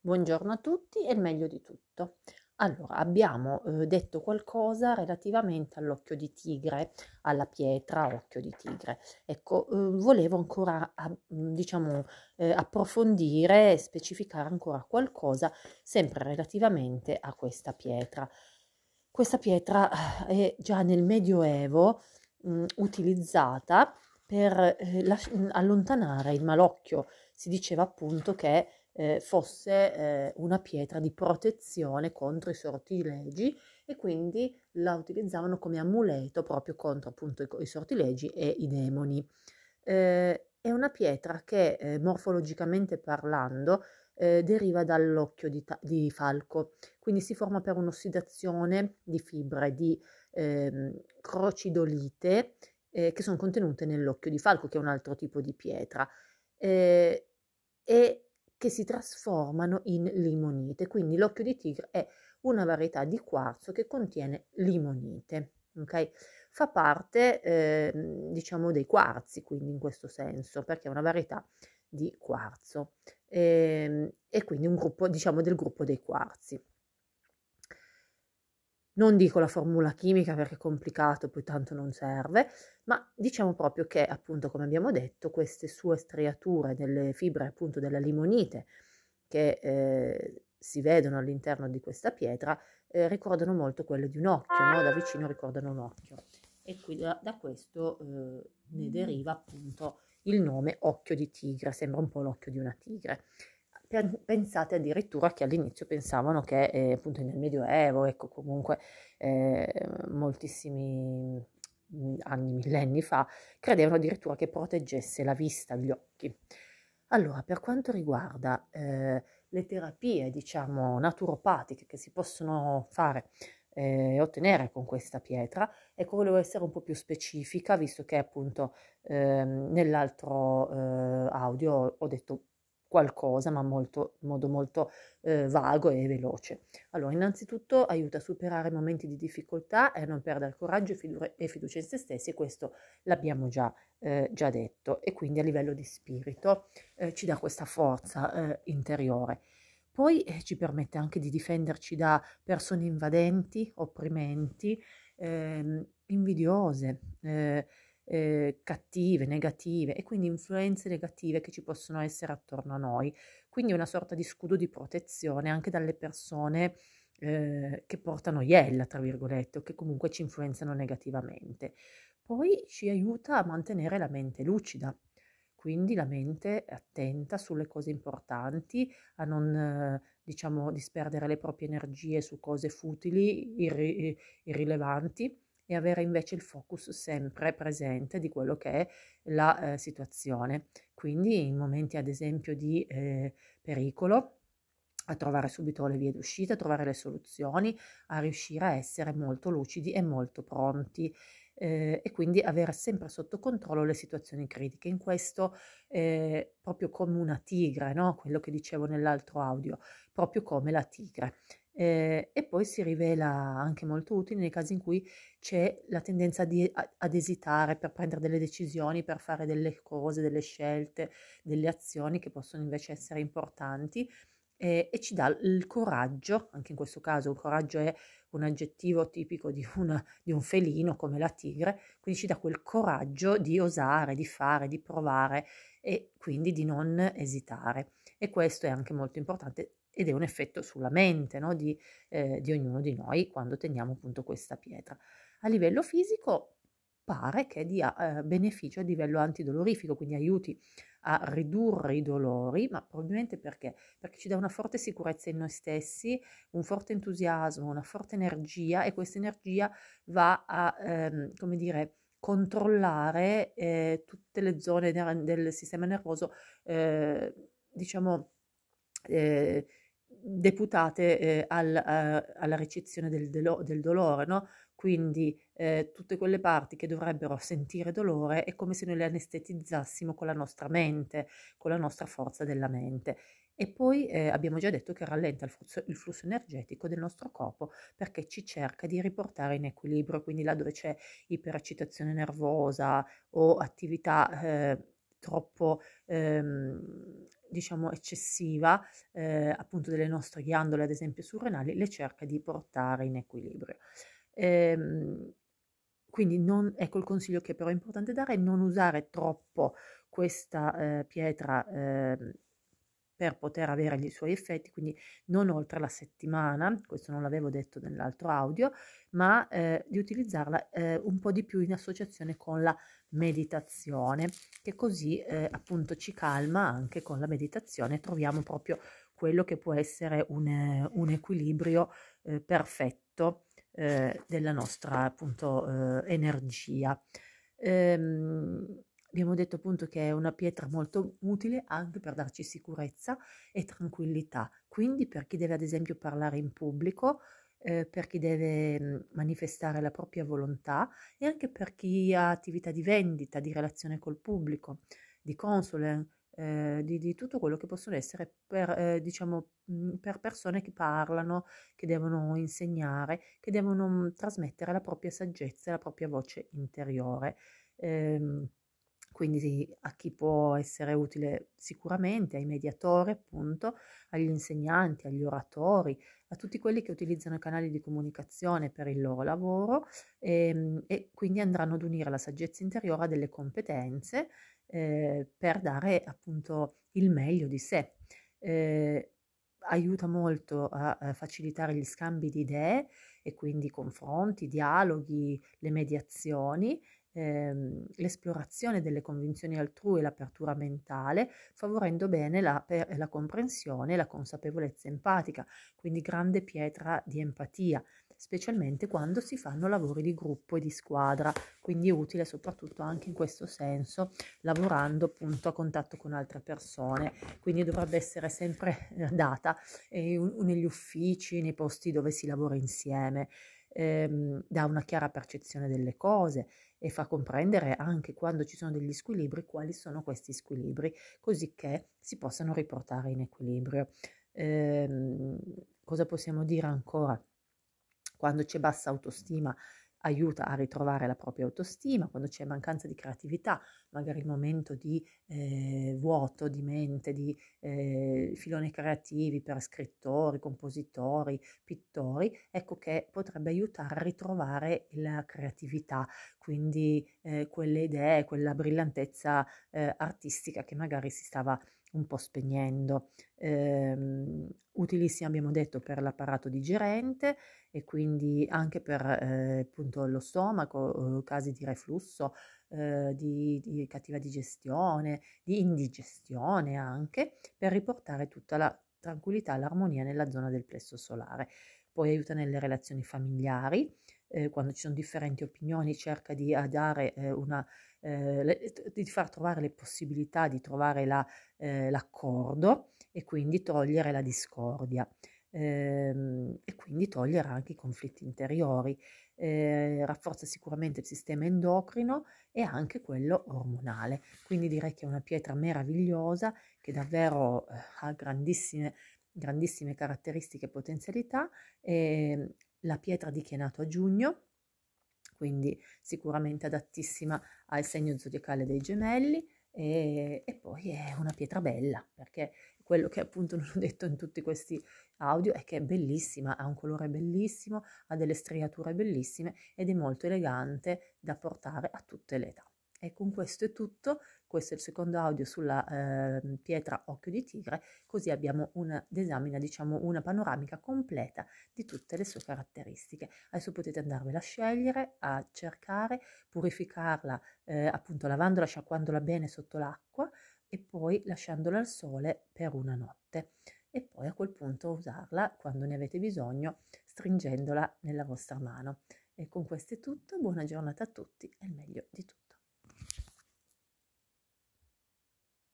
Buongiorno a tutti e il meglio di tutto. Allora, abbiamo detto qualcosa relativamente all'occhio di tigre, alla pietra occhio di tigre. Ecco, volevo ancora, diciamo, approfondire e specificare ancora qualcosa, sempre relativamente a questa pietra. Questa pietra è già nel Medioevo utilizzata per allontanare il malocchio. Si diceva appunto che fosse una pietra di protezione contro i sortilegi e quindi la utilizzavano come amuleto proprio contro appunto i sortilegi e i demoni. È una pietra che morfologicamente parlando deriva dall'occhio di falco, quindi si forma per un'ossidazione di fibre di crocidolite che sono contenute nell'occhio di falco, che è un altro tipo di pietra. Eh, e che si trasformano in limonite. Quindi l'occhio di tigre è una varietà di quarzo che contiene limonite. Okay? Fa parte, diciamo, dei quarzi, quindi in questo senso, perché è una varietà di quarzo e quindi un gruppo, diciamo, del gruppo dei quarzi. Non dico la formula chimica perché è complicato, poi tanto non serve, ma diciamo proprio che, appunto, come abbiamo detto, queste sue striature delle fibre appunto della limonite che si vedono all'interno di questa pietra ricordano molto quelle di un occhio, no? Da vicino ricordano un occhio. E qui da questo ne deriva appunto il nome occhio di tigre, sembra un po' l'occhio di una tigre. Pensate addirittura che all'inizio pensavano che appunto nel Medioevo, ecco comunque moltissimi anni, millenni fa, credevano addirittura che proteggesse la vista, gli occhi. Allora, per quanto riguarda le terapie, diciamo, naturopatiche che si possono fare e ottenere con questa pietra, ecco, volevo essere un po' più specifica, visto che appunto nell'altro audio ho detto qualcosa, ma molto, in modo molto vago e veloce. Allora, innanzitutto aiuta a superare momenti di difficoltà e a non perdere coraggio e fiducia in se stessi, e questo l'abbiamo già detto, e quindi a livello di spirito ci dà questa forza interiore. Poi ci permette anche di difenderci da persone invadenti, opprimenti, invidiose, cattive, negative, e quindi influenze negative che ci possono essere attorno a noi. Quindi è una sorta di scudo di protezione anche dalle persone che portano iella, tra virgolette, o che comunque ci influenzano negativamente. Poi ci aiuta a mantenere la mente lucida, quindi la mente è attenta sulle cose importanti, a non, diciamo, disperdere le proprie energie su cose futili, irrilevanti, e avere invece il focus sempre presente di quello che è la situazione. Quindi in momenti ad esempio di pericolo, a trovare subito le vie d'uscita, a trovare le soluzioni, a riuscire a essere molto lucidi e molto pronti e quindi avere sempre sotto controllo le situazioni critiche. In questo proprio come una tigre, no? Quello che dicevo nell'altro audio, proprio come la tigre. E poi si rivela anche molto utile nei casi in cui c'è la tendenza ad esitare per prendere delle decisioni, per fare delle cose, delle scelte, delle azioni che possono invece essere importanti, e ci dà il coraggio, anche in questo caso il coraggio è un aggettivo tipico di un felino come la tigre, quindi ci dà quel coraggio di osare, di fare, di provare e quindi di non esitare. E questo è anche molto importante ed è un effetto sulla mente, no, di ognuno di noi quando teniamo appunto questa pietra. A livello fisico pare che dia beneficio a livello antidolorifico, quindi aiuti a ridurre i dolori, ma probabilmente perché ci dà una forte sicurezza in noi stessi, un forte entusiasmo, una forte energia, e questa energia va a, come dire, controllare tutte le zone del sistema nervoso, diciamo, eh, deputate alla ricezione del dolore, no? Quindi tutte quelle parti che dovrebbero sentire dolore è come se noi le anestetizzassimo con la nostra mente, con la nostra forza della mente. E poi abbiamo già detto che rallenta il flusso energetico del nostro corpo, perché ci cerca di riportare in equilibrio, quindi là dove c'è ipereccitazione nervosa o attività troppo diciamo eccessiva appunto delle nostre ghiandole, ad esempio surrenali, le cerca di portare in equilibrio. Ehm, quindi non, ecco il consiglio che però è importante dare è non usare troppo questa pietra per poter avere i suoi effetti, quindi non oltre la settimana, questo non l'avevo detto nell'altro audio, ma di utilizzarla un po' di più in associazione con la meditazione, che così appunto ci calma anche con la meditazione, troviamo proprio quello che può essere un equilibrio perfetto della nostra appunto energia. Abbiamo detto appunto che è una pietra molto utile anche per darci sicurezza e tranquillità, quindi per chi deve ad esempio parlare in pubblico, per chi deve manifestare la propria volontà e anche per chi ha attività di vendita, di relazione col pubblico, di consulent, di tutto quello che possono essere per, diciamo, per persone che parlano, che devono insegnare, che devono trasmettere la propria saggezza e la propria voce interiore. Ehm, quindi sì, a chi può essere utile sicuramente, ai mediatori appunto, agli insegnanti, agli oratori, a tutti quelli che utilizzano i canali di comunicazione per il loro lavoro e quindi andranno ad unire la saggezza interiore a delle competenze per dare appunto il meglio di sé. Eh, aiuta molto a facilitare gli scambi di idee e quindi confronti, dialoghi, le mediazioni, l'esplorazione delle convinzioni altrui e l'apertura mentale, favorendo bene la comprensione e la consapevolezza empatica, quindi grande pietra di empatia, specialmente quando si fanno lavori di gruppo e di squadra, quindi è utile soprattutto anche in questo senso, lavorando appunto a contatto con altre persone, quindi dovrebbe essere sempre data negli uffici, nei posti dove si lavora insieme, dà una chiara percezione delle cose e fa comprendere anche quando ci sono degli squilibri quali sono questi squilibri, così che si possano riportare in equilibrio. Ehm, cosa possiamo dire ancora? Quando c'è bassa autostima aiuta a ritrovare la propria autostima, quando c'è mancanza di creatività, magari il momento di vuoto di mente, di filoni creativi per scrittori, compositori, pittori, ecco che potrebbe aiutare a ritrovare la creatività, quindi quelle idee, quella brillantezza artistica che magari si stava un po' spegnendo. Utilissima abbiamo detto per l'apparato digerente e quindi anche per appunto lo stomaco, casi di reflusso, di cattiva digestione, di indigestione anche, per riportare tutta la tranquillità e l'armonia nella zona del plesso solare. Poi aiuta nelle relazioni familiari, quando ci sono differenti opinioni cerca di dare di far trovare le possibilità di trovare l'accordo e quindi togliere la discordia e quindi togliere anche i conflitti interiori. Rafforza sicuramente il sistema endocrino e anche quello ormonale. Quindi direi che è una pietra meravigliosa che davvero ha grandissime caratteristiche e potenzialità. La pietra di chi è nato a giugno, quindi sicuramente adattissima al segno zodiacale dei gemelli e poi è una pietra bella perché quello che appunto non ho detto in tutti questi audio è che è bellissima, ha un colore bellissimo, ha delle striature bellissime ed è molto elegante da portare a tutte le età. E con questo è tutto, questo è il secondo audio sulla pietra occhio di tigre, così abbiamo una disamina, diciamo una panoramica completa di tutte le sue caratteristiche. Adesso potete andarvela a scegliere, a cercare, purificarla appunto lavandola, sciacquandola bene sotto l'acqua e poi lasciandola al sole per una notte e poi a quel punto usarla quando ne avete bisogno stringendola nella vostra mano. E con questo è tutto, buona giornata a tutti e il meglio di tutti.